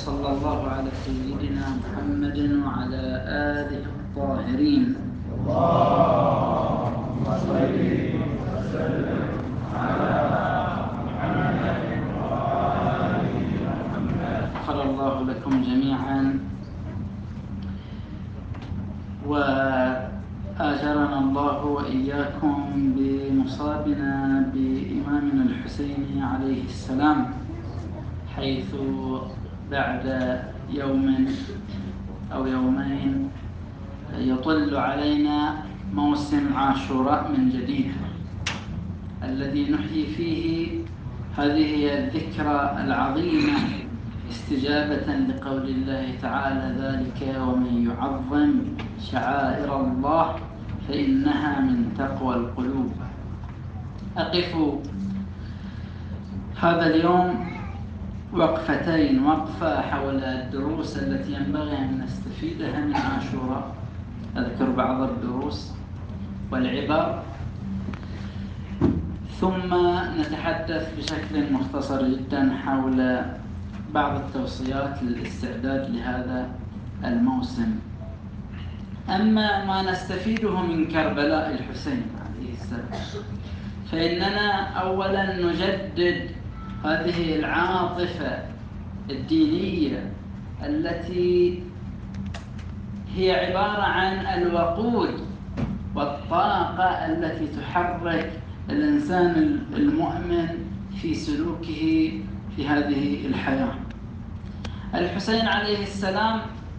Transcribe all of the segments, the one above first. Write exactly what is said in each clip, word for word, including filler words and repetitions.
وصلى الله على سيدنا محمد وعلى آله الطاهرين. اللهم صل وسلم على محمد وآل محمد. غفر الله لكم جميعا وآجرنا الله وإياكم بمصابنا بإمامنا الحسين عليه السلام، حيث بعد يوم أو يومين يطل علينا موسم عاشوراء من جديد، الذي نحيي فيه هذه الذكرى العظيمة استجابة لقول الله تعالى: ذلك ومن يعظم شعائر الله فإنها من تقوى القلوب. أقف هذا اليوم وقفتين، وقفة حول الدروس التي ينبغي أن نستفيدها من عاشوراء، أذكر بعض الدروس والعبر، ثم نتحدث بشكل مختصر جدا حول بعض التوصيات للاستعداد لهذا الموسم. أما ما نستفيده من كربلاء الحسين عليه السلام، فإننا أولا نجدد هذه العاطفة الدينية التي هي عبارة عن الوقود والطاقة التي تحرك الإنسان المؤمن في سلوكه في هذه الحياة. الحسين عليه السلام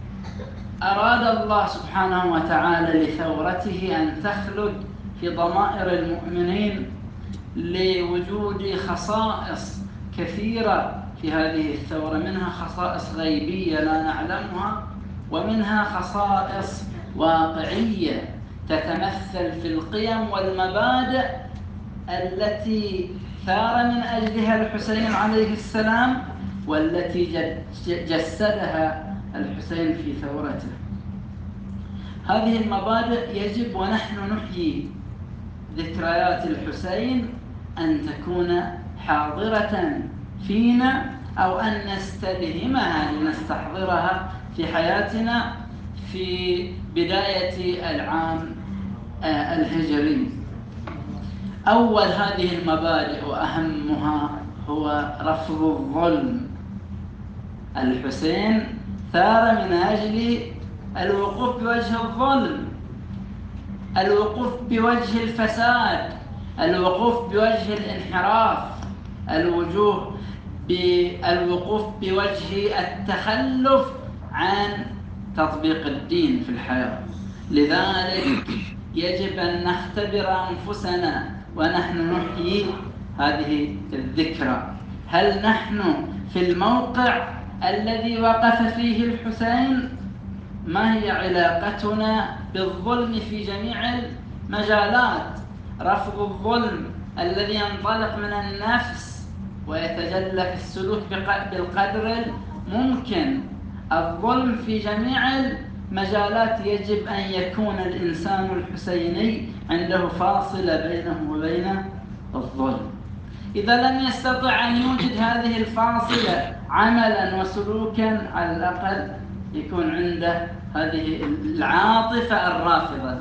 أراد الله سبحانه وتعالى لثورته أن تخلد في ضمائر المؤمنين لوجود خصائص كثيرة في هذه الثورة، منها خصائص غيبية لا نعلمها، ومنها خصائص واقعية تتمثل في القيم والمبادئ التي ثار من أجلها الحسين عليه السلام، والتي جسدها الحسين في ثورته. هذه المبادئ يجب ونحن نحيي ذكريات الحسين أن تكون حاضرة فينا، أو أن نستلهمها لنستحضرها في حياتنا في بداية العام الهجري. أول هذه المبادئ وأهمها هو رفض الظلم. الحسين ثار من أجل الوقوف بوجه الظلم، الوقوف بوجه الفساد، الوقوف بوجه الانحراف، الوجوه بالوقوف بوجه التخلف عن تطبيق الدين في الحياة. لذلك يجب أن نختبر أنفسنا ونحن نحيي هذه الذكرى. هل نحن في الموقع الذي وقف فيه الحسين؟ ما هي علاقتنا بالظلم في جميع المجالات؟ رفض الظلم الذي ينطلق من النفس ويتجلى في السلوك بالقدر الممكن. الظلم في جميع المجالات يجب أن يكون الإنسان الحسيني عنده فاصلة بينه وبين الظلم. إذا لم يستطع أن يوجد هذه الفاصلة عملا وسلوكا، على الأقل يكون عنده هذه العاطفة الرافضة،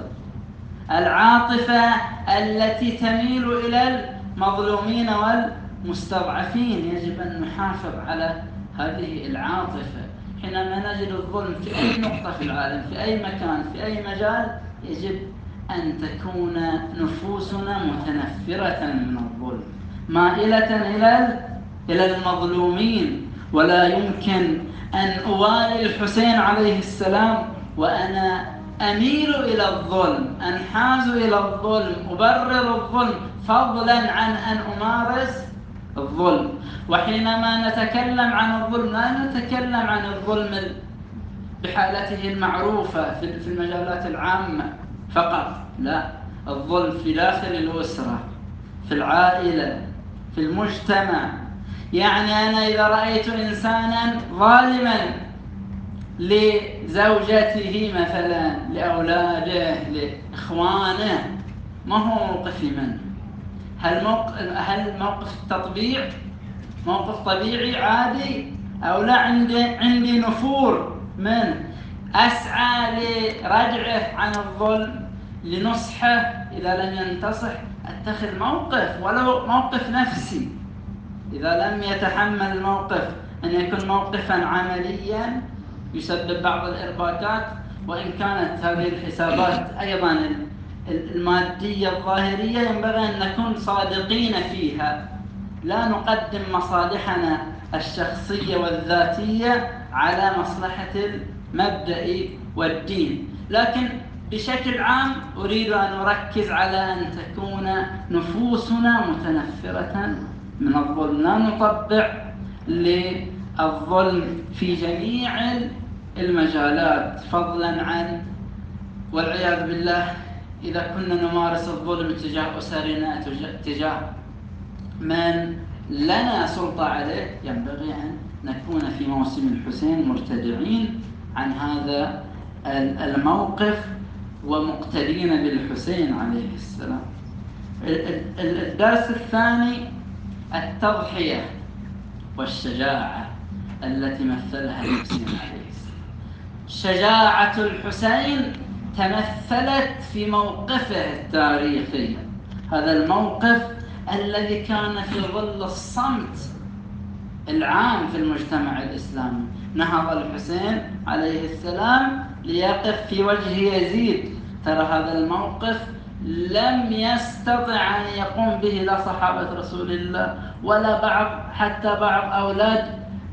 العاطفة التي تميل إلى المظلومين والمستضعفين. يجب أن نحافظ على هذه العاطفة. حينما نجد الظلم في أي نقطة في العالم، في أي مكان، في أي مجال، يجب أن تكون نفوسنا متنفرة من الظلم، مائلة إلى إلى المظلومين. ولا يمكن أن أوالي الحسين عليه السلام وأنا أميل إلى الظلم، أنحاز إلى الظلم، أبرر الظلم فضلا عن أن أمارس الظلم. وحينما نتكلم عن الظلم لا نتكلم عن الظلم بحالته المعروفة في المجالات العامة فقط، لا، الظلم في داخل الأسرة، في العائلة، في المجتمع. يعني أنا إذا رأيت إنسانا ظالما لزوجته مثلا، لأولاده، لإخوانه، ما هو موقفي منه؟ هل موقف هل موقف التطبيع موقف طبيعي عادي، أو لا عندي عندي نفور من أسعى لردعه عن الظلم، لنصحه إذا لم ينتصح، أتخذ موقف ولو موقف نفسي. إذا لم يتحمل الموقف أن يكون موقفا عمليا يسبب بعض الإرباكات، وإن كانت هذه الحسابات أيضا المادية الظاهرية ينبغي أن نكون صادقين فيها، لا نقدم مصالحنا الشخصية والذاتية على مصلحة المبدأ والدين. لكن بشكل عام أريد أن أركز على أن تكون نفوسنا متنفرة من الظلم، لا نطبع للظلم في جميع المجالات، فضلا عن والعياذ بالله إذا كنا نمارس الظلم تجاه أسرنا، تجاه من لنا سلطة عليه، ينبغي أن نكون في موسم الحسين مرتدعين عن هذا الموقف ومقتدين بالحسين عليه السلام. الدرس الثاني التضحية والشجاعة التي مثلها الحسين عليه السلام. شجاعة الحسين تمثلت في موقفه التاريخي، هذا الموقف الذي كان في ظل الصمت العام في المجتمع الإسلامي. نهض الحسين عليه السلام ليقف في وجه يزيد. ترى هذا الموقف لم يستطع أن يقوم به لا صحابة رسول الله ولا بعض حتى بعض أولاد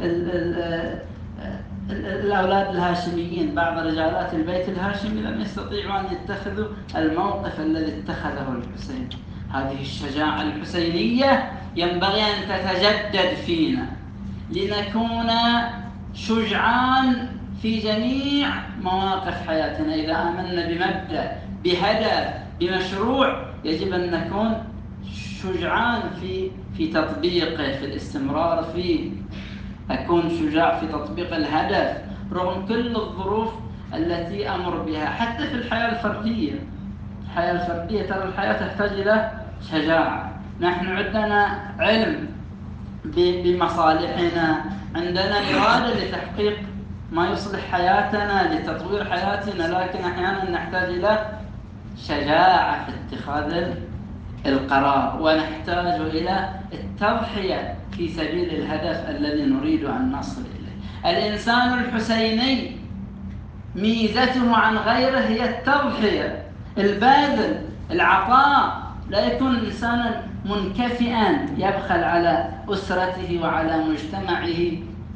الأولاد الهاشميين، بعض رجالات البيت الهاشمي لم يستطيعوا أن يتخذوا الموقف الذي اتخذه الحسين. هذه الشجاعة الحسينية ينبغي أن تتجدد فينا لنكون شجعان في جميع مواقف حياتنا. إذا آمنا بمبدأ، بهدف، بمشروع، يجب أن نكون شجعان في في تطبيقه، في الاستمرار فيه. أكون شجاع في تطبيق الهدف رغم كل الظروف التي أمر بها، حتى في الحياة الفردية. الحياة الفردية ترى الحياة تحتاج إلى شجاعة. نحن عندنا علم بمصالحنا، عندنا إرادة لتحقيق ما يصلح حياتنا، لتطوير حياتنا، لكن أحيانا نحتاج إلى شجاعة في اتخاذ القرار، ونحتاج إلى التضحية في سبيل الهدف الذي نريد أن نصل إليه. الإنسان الحسيني ميزته عن غيره هي التضحية، البذل، العطاء. لا يكون إنسانا منكفئا يبخل على أسرته وعلى مجتمعه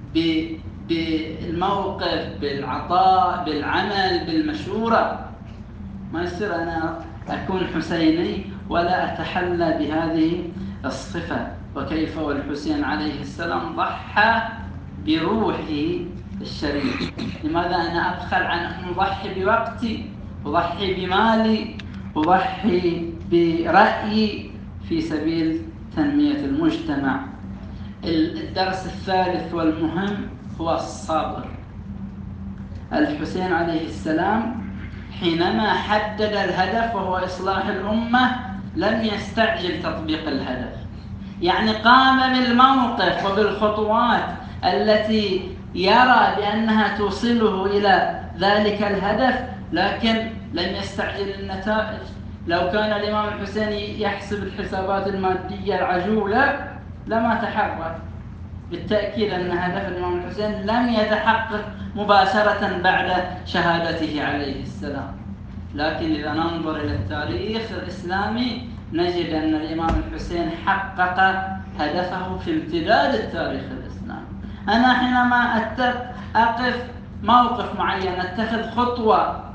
بالموقف، بالعطاء، بالعمل، بالمشورة. ما يصير أنا أكون حسيني ولا أتحلى بهذه الصفة. وكيف والحسين عليه السلام ضحى بروحه الشريف. لماذا أنا أبخل عن أن أضحي بوقتي، أضحي بمالي، أضحي برأيي في سبيل تنمية المجتمع؟ الدرس الثالث والمهم هو الصبر. الحسين عليه السلام حينما حدد الهدف وهو إصلاح الأمة لم يستعجل تطبيق الهدف، يعني قام بالموقف وبالخطوات التي يرى بأنها توصله إلى ذلك الهدف، لكن لم يستعجل النتائج. لو كان الإمام الحسين يحسب الحسابات المادية العجولة لما تحرك. بالتأكيد أن هدف الإمام الحسين لم يتحقق مباشرة بعد شهادته عليه السلام، لكن إذا ننظر إلى التاريخ الإسلامي نجد أن الإمام الحسين حقق هدفه في امتداد التاريخ الإسلامي. أنا حينما أقف موقف معين، أتخذ خطوة،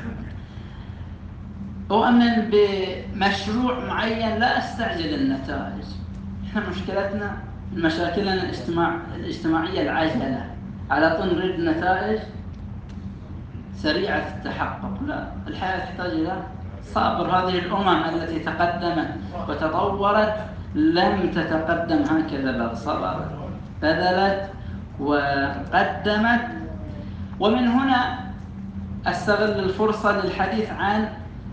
أؤمن بمشروع معين، لا أستعجل النتائج. إحنا مشكلتنا مشاكلنا الاجتماع الاجتماعية العجلة، على طول نريد نتائج سريعة التحقق. لا، الحياة تحتاج إلى صبر. هذه الأمم التي تقدمت وتطورت لم تتقدم هكذا، بل صبرت، بذلت وقدمت. ومن هنا أستغل الفرصة للحديث عن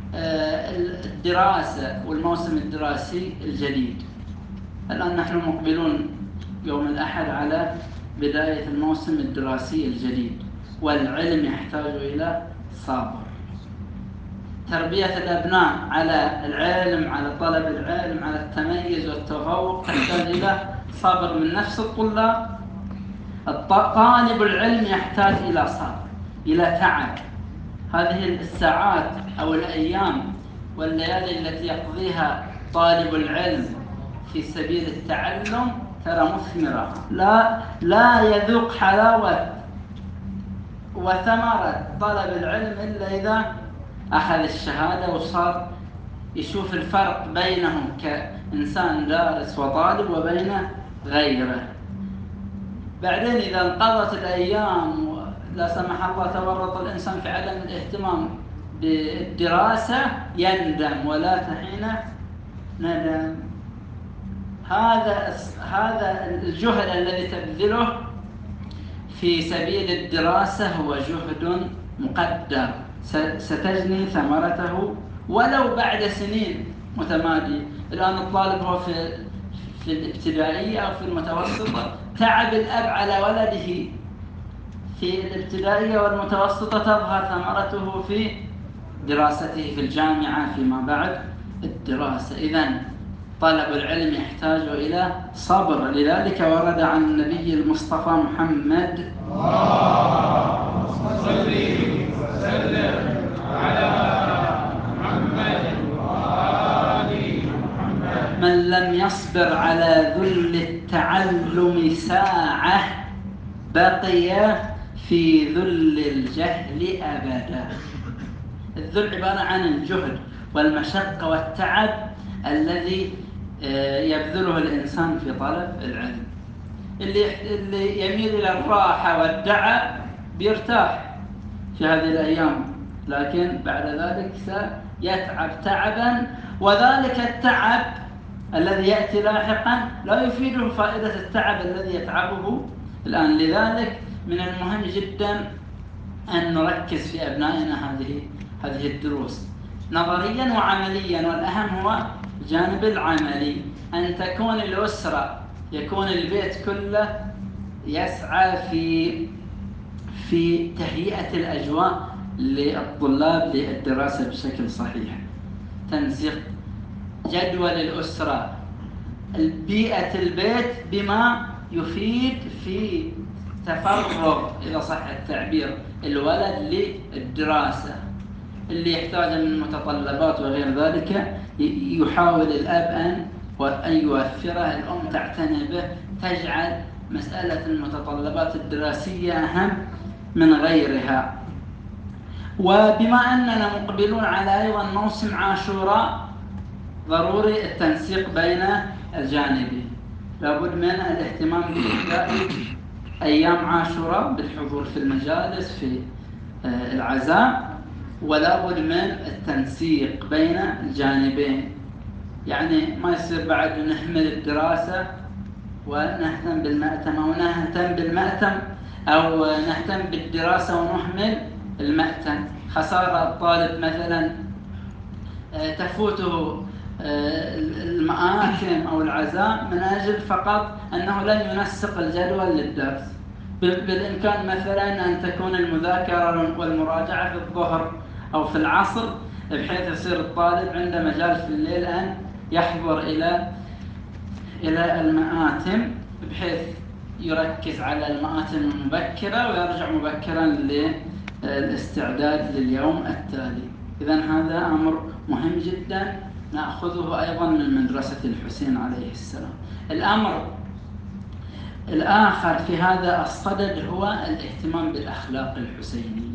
الدراسة والموسم الدراسي الجديد. الآن نحن مقبلون يوم الأحد على بداية الموسم الدراسي الجديد، والعلم يحتاج إلى صبر. تربية الأبناء على العلم، على طلب العلم، على التميز والتفوق تحتاج إلى صبر من نفس الطلاب. طالب العلم يحتاج إلى صبر، إلى تعب. هذه الساعات أو الأيام والليالي التي يقضيها طالب العلم في سبيل التعلم ترى مثمرة، لا لا يذوق حلاوة وثمرة طلب العلم إلا إذا أخذ الشهادة وصار يشوف الفرق بينه كإنسان دارس وطالب وبين غيره. بعدين إذا انقضت الأيام لا سمح الله تورط الإنسان في عدم الاهتمام بالدراسة يندم ولا تحين ندم. هذا هذا الجهد الذي تبذله في سبيل الدراسة هو جهد مقدر ستجني ثمرته ولو بعد سنين متمادية. الآن الطالب هو في في الابتدائية أو في المتوسطة، تعب الأب على ولده في الابتدائية والمتوسطة تظهر ثمرته في دراسته في الجامعة فيما بعد الدراسة. إذن طلب العلم يحتاج إلى صبر، لذلك ورد عن النبي المصطفى محمد اللهم صل وسلم على محمد وآل محمد من لم يصبر على ذل التعلم ساعة بقي في ذل الجهل أبدا. الذل عبارة عن الجهد والمشقة والتعب الذي يبذله الإنسان في طلب العلم. اللي اللي يميل إلى الراحة والدعة بيرتاح في هذه الأيام، لكن بعد ذلك سيتعب تعبا، وذلك التعب الذي يأتي لاحقا لا يفيده فائدة التعب الذي يتعبه الآن. لذلك من المهم جدا أن نركز في أبنائنا هذه هذه الدروس نظريا وعمليا، والأهم هو الجانب العملي، أن تكون الأسرة يكون البيت كله يسعى في في تهيئة الأجواء للطلاب للدراسة بشكل صحيح. تنسيق جدول الأسرة، بيئة البيت بما يفيد في تفرغ إذا صح التعبير الولد للدراسة، اللي يحتاج من متطلبات وغير ذلك يحاول الأب أن وأن يوفره، الأم تعتني به، تجعل مسألة المتطلبات الدراسية أهم من غيرها. وبما أننا مقبلون على أيضا موسم عاشوراء، ضروري التنسيق بين الجانبين. لابد من الاهتمام بإحياء أيام عاشوراء بالحضور في المجالس في العزاء، ولا بد من التنسيق بين الجانبين. يعني ما يصير بعد نهمل الدراسة ونهتم بالمأتم، أو نهتم بالمأتم أو نهتم بالدراسة ونهمل المأتم. خسارة الطالب مثلا تفوته المآتم أو العزاء من أجل فقط أنه لن ينسق الجدول للدرس. بالإمكان مثلا أن تكون المذاكرة والمراجعة في الظهر أو في العصر، بحيث يصير الطالب عنده مجال في الليل أن يحضر إلى إلى المآتم، بحيث يركز على المآتم المبكرة ويرجع مبكرا للاستعداد لليوم التالي. إذن هذا أمر مهم جدا نأخذه أيضا من مدرسة الحسين عليه السلام. الأمر الآخر في هذا الصدد هو الاهتمام بالأخلاق الحسينية.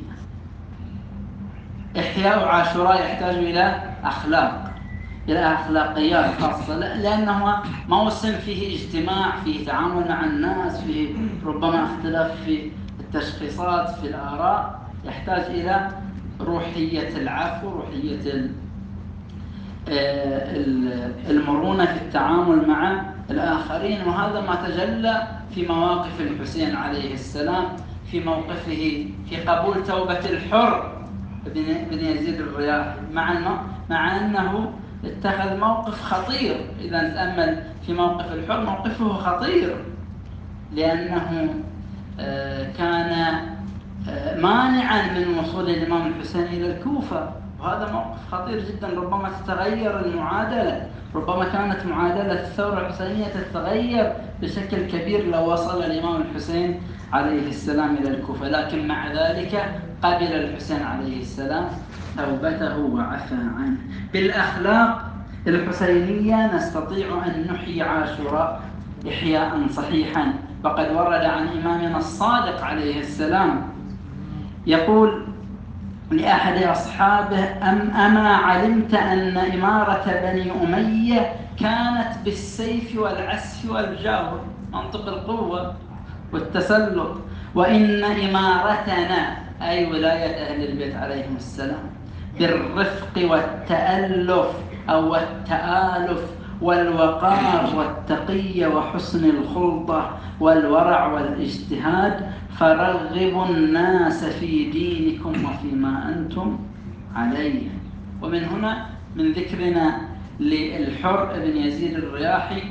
إحياء عاشوراء يحتاج إلى أخلاق، إلى أخلاقيات خاصة، لأنه موسم فيه اجتماع، فيه تعامل مع الناس، فيه ربما اختلاف في التشخيصات في الآراء، يحتاج إلى روحية العفو، روحية المرونة في التعامل مع الآخرين. وهذا ما تجلى في مواقف الحسين عليه السلام، في موقفه في قبول توبة الحر بن يزيد الرياحي، مع مع أنه اتخذ موقف خطير. إذا نتأمل في موقف الحر، موقفه خطير، لأنه كان مانعا من وصول الإمام الحسين إلى الكوفة، وهذا موقف خطير جدا. ربما تتغير المعادلة، ربما كانت معادلة الثورة الحسينية تتغير بشكل كبير لو وصل الإمام الحسين عليه السلام إلى الكوفة، لكن مع ذلك قبل الحسين عليه السلام توبته وعفى عنه. بالأخلاق الحسينية نستطيع أن نحيي عاشوراء إحياء صحيحا، فقد ورد عن إمامنا الصادق عليه السلام يقول لأحد أصحابه: أم أما علمت أن إمارة بني أمية كانت بالسيف والعسف والجور، منطق القوة والتسلط، وإن إمارتنا أي ولاية أهل البيت عليهم السلام بالرفق والتألف أو التآلف والوقار والتقية وحسن الخلطة والورع والاجتهاد، فرغبوا الناس في دينكم وفيما أنتم عليه. ومن هنا من ذكرنا للحر بن يزيد الرياحي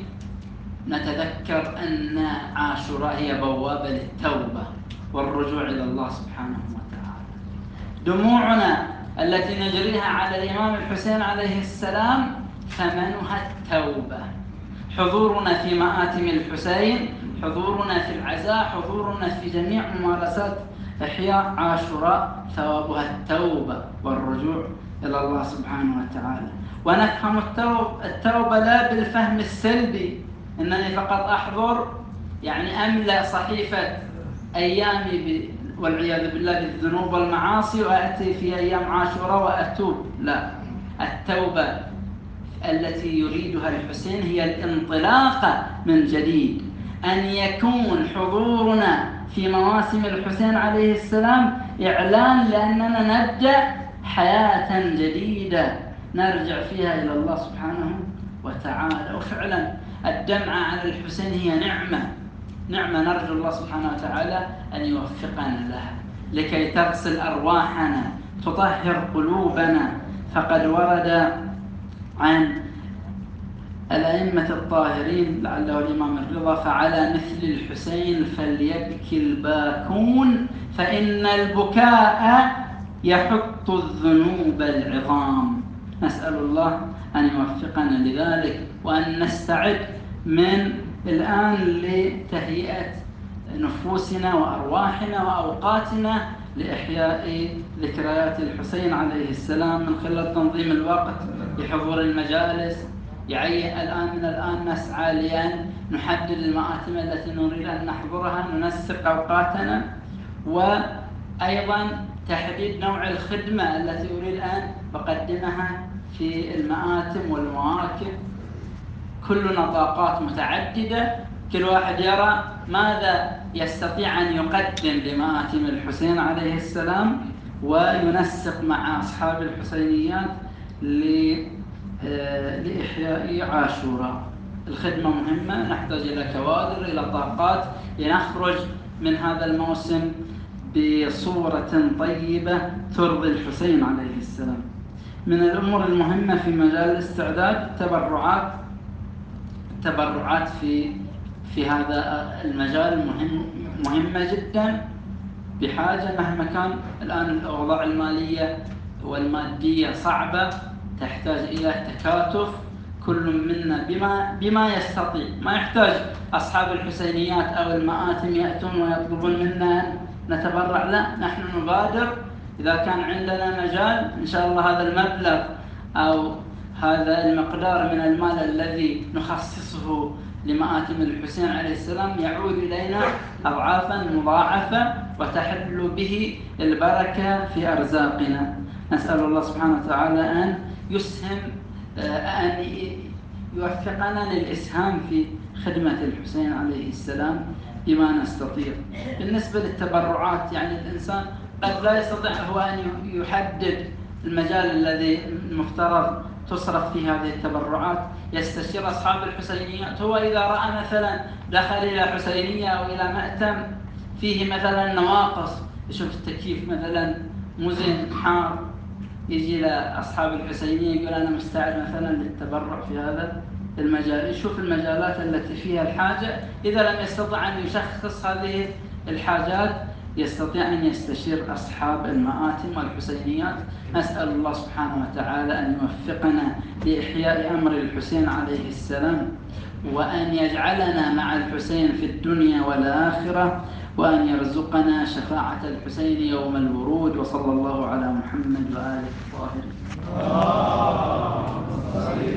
نتذكر أن عاشوراء هي بوابة للتوبة والرجوع إلى الله سبحانه وتعالى. دموعنا التي نجريها على الإمام الحسين عليه السلام ثمنها التوبة. حضورنا في مآتم الحسين، حضورنا في العزاء، حضورنا في جميع ممارسات إحياء عاشوراء ثوابها التوبة والرجوع إلى الله سبحانه وتعالى. ونفهم التوبة لا بالفهم السلبي، إنني فقط أحضر يعني أملأ صحيفة أيامي والعياذ بالله بالذنوب والمعاصي وأتي في أيام عاشوراء وأتوب. لا، التوبة التي يريدها الحسين هي الانطلاق من جديد، أن يكون حضورنا في مواسم الحسين عليه السلام إعلان لأننا نبدأ حياة جديدة نرجع فيها إلى الله سبحانه وتعالى. وفعلا الدمعة على الحسين هي نعمة، نعمة نرجو الله سبحانه وتعالى أن يوفقنا لها لكي تغسل أرواحنا، تطهر قلوبنا. فقد ورد عن الأئمة الطاهرين لعله الإمام الرضا: فعلى مثل الحسين فليبكي الباكون فإن البكاء يحط الذنوب العظام. نسأل الله أن يوفقنا لذلك، وأن نستعد من الآن لتهيئة نفوسنا وأرواحنا وأوقاتنا لإحياء ذكريات الحسين عليه السلام من خلال تنظيم الوقت بحضور المجالس. يعني الآن من الآن نسعى لأن نحدد المآتم التي نريد أن نحضرها، ننسق أوقاتنا، وأيضا تحديد نوع الخدمة التي أريد أن أقدمها في المآتم والمواكب. كلنا طاقات متعددة، كل واحد يرى ماذا يستطيع أن يقدم لمآتم الحسين عليه السلام، وينسق مع أصحاب الحسينيات لإحياء عاشوراء. الخدمة مهمة، نحتاج إلى كوادر، إلى طاقات لنخرج من هذا الموسم بصورة طيبة ترضي الحسين عليه السلام. من الأمور المهمة في مجال الاستعداد التبرعات. التبرعات في في هذا المجال مهم مهمة جدا، بحاجة مهما كان الآن الأوضاع المالية والمادية صعبة، تحتاج إلى تكاتف، كل منا بما بما يستطيع. ما يحتاج أصحاب الحسينيات أو المآتم يأتون ويطلبون منا أن نتبرع، لا، نحن نبادر. إذا كان عندنا مجال إن شاء الله هذا المبلغ أو هذا المقدار من المال الذي نخصصه لمآتم الحسين عليه السلام يعود إلينا أضعافا مضاعفة وتحل به البركة في أرزاقنا. نسأل الله سبحانه وتعالى أن يسهم أن يوفقنا للإسهام في خدمة الحسين عليه السلام بما نستطيع. بالنسبة للتبرعات، يعني الإنسان قد لا يستطيع هو أن يحدد المجال الذي المفترض تصرف فيه هذه التبرعات، يستشير أصحاب الحسينيات. هو إذا رأى مثلا دخل إلى حسينية أو إلى مأتم فيه مثلا نواقص، يشوف التكييف مثلا مزن حار، يجي لأصحاب الحسينية يقول أنا مستعد مثلا للتبرع في هذا المجال، يشوف المجالات التي فيها الحاجة. إذا لم يستطع أن يشخص هذه الحاجات يستطيع أن يستشير أصحاب المآتم والحسينيات. نسأل الله سبحانه وتعالى أن يوفقنا لإحياء أمر الحسين عليه السلام، وأن يجعلنا مع الحسين في الدنيا والآخرة، وأن يرزقنا شفاعة الحسين يوم الورود. وصلى الله على محمد وآله الطاهرين.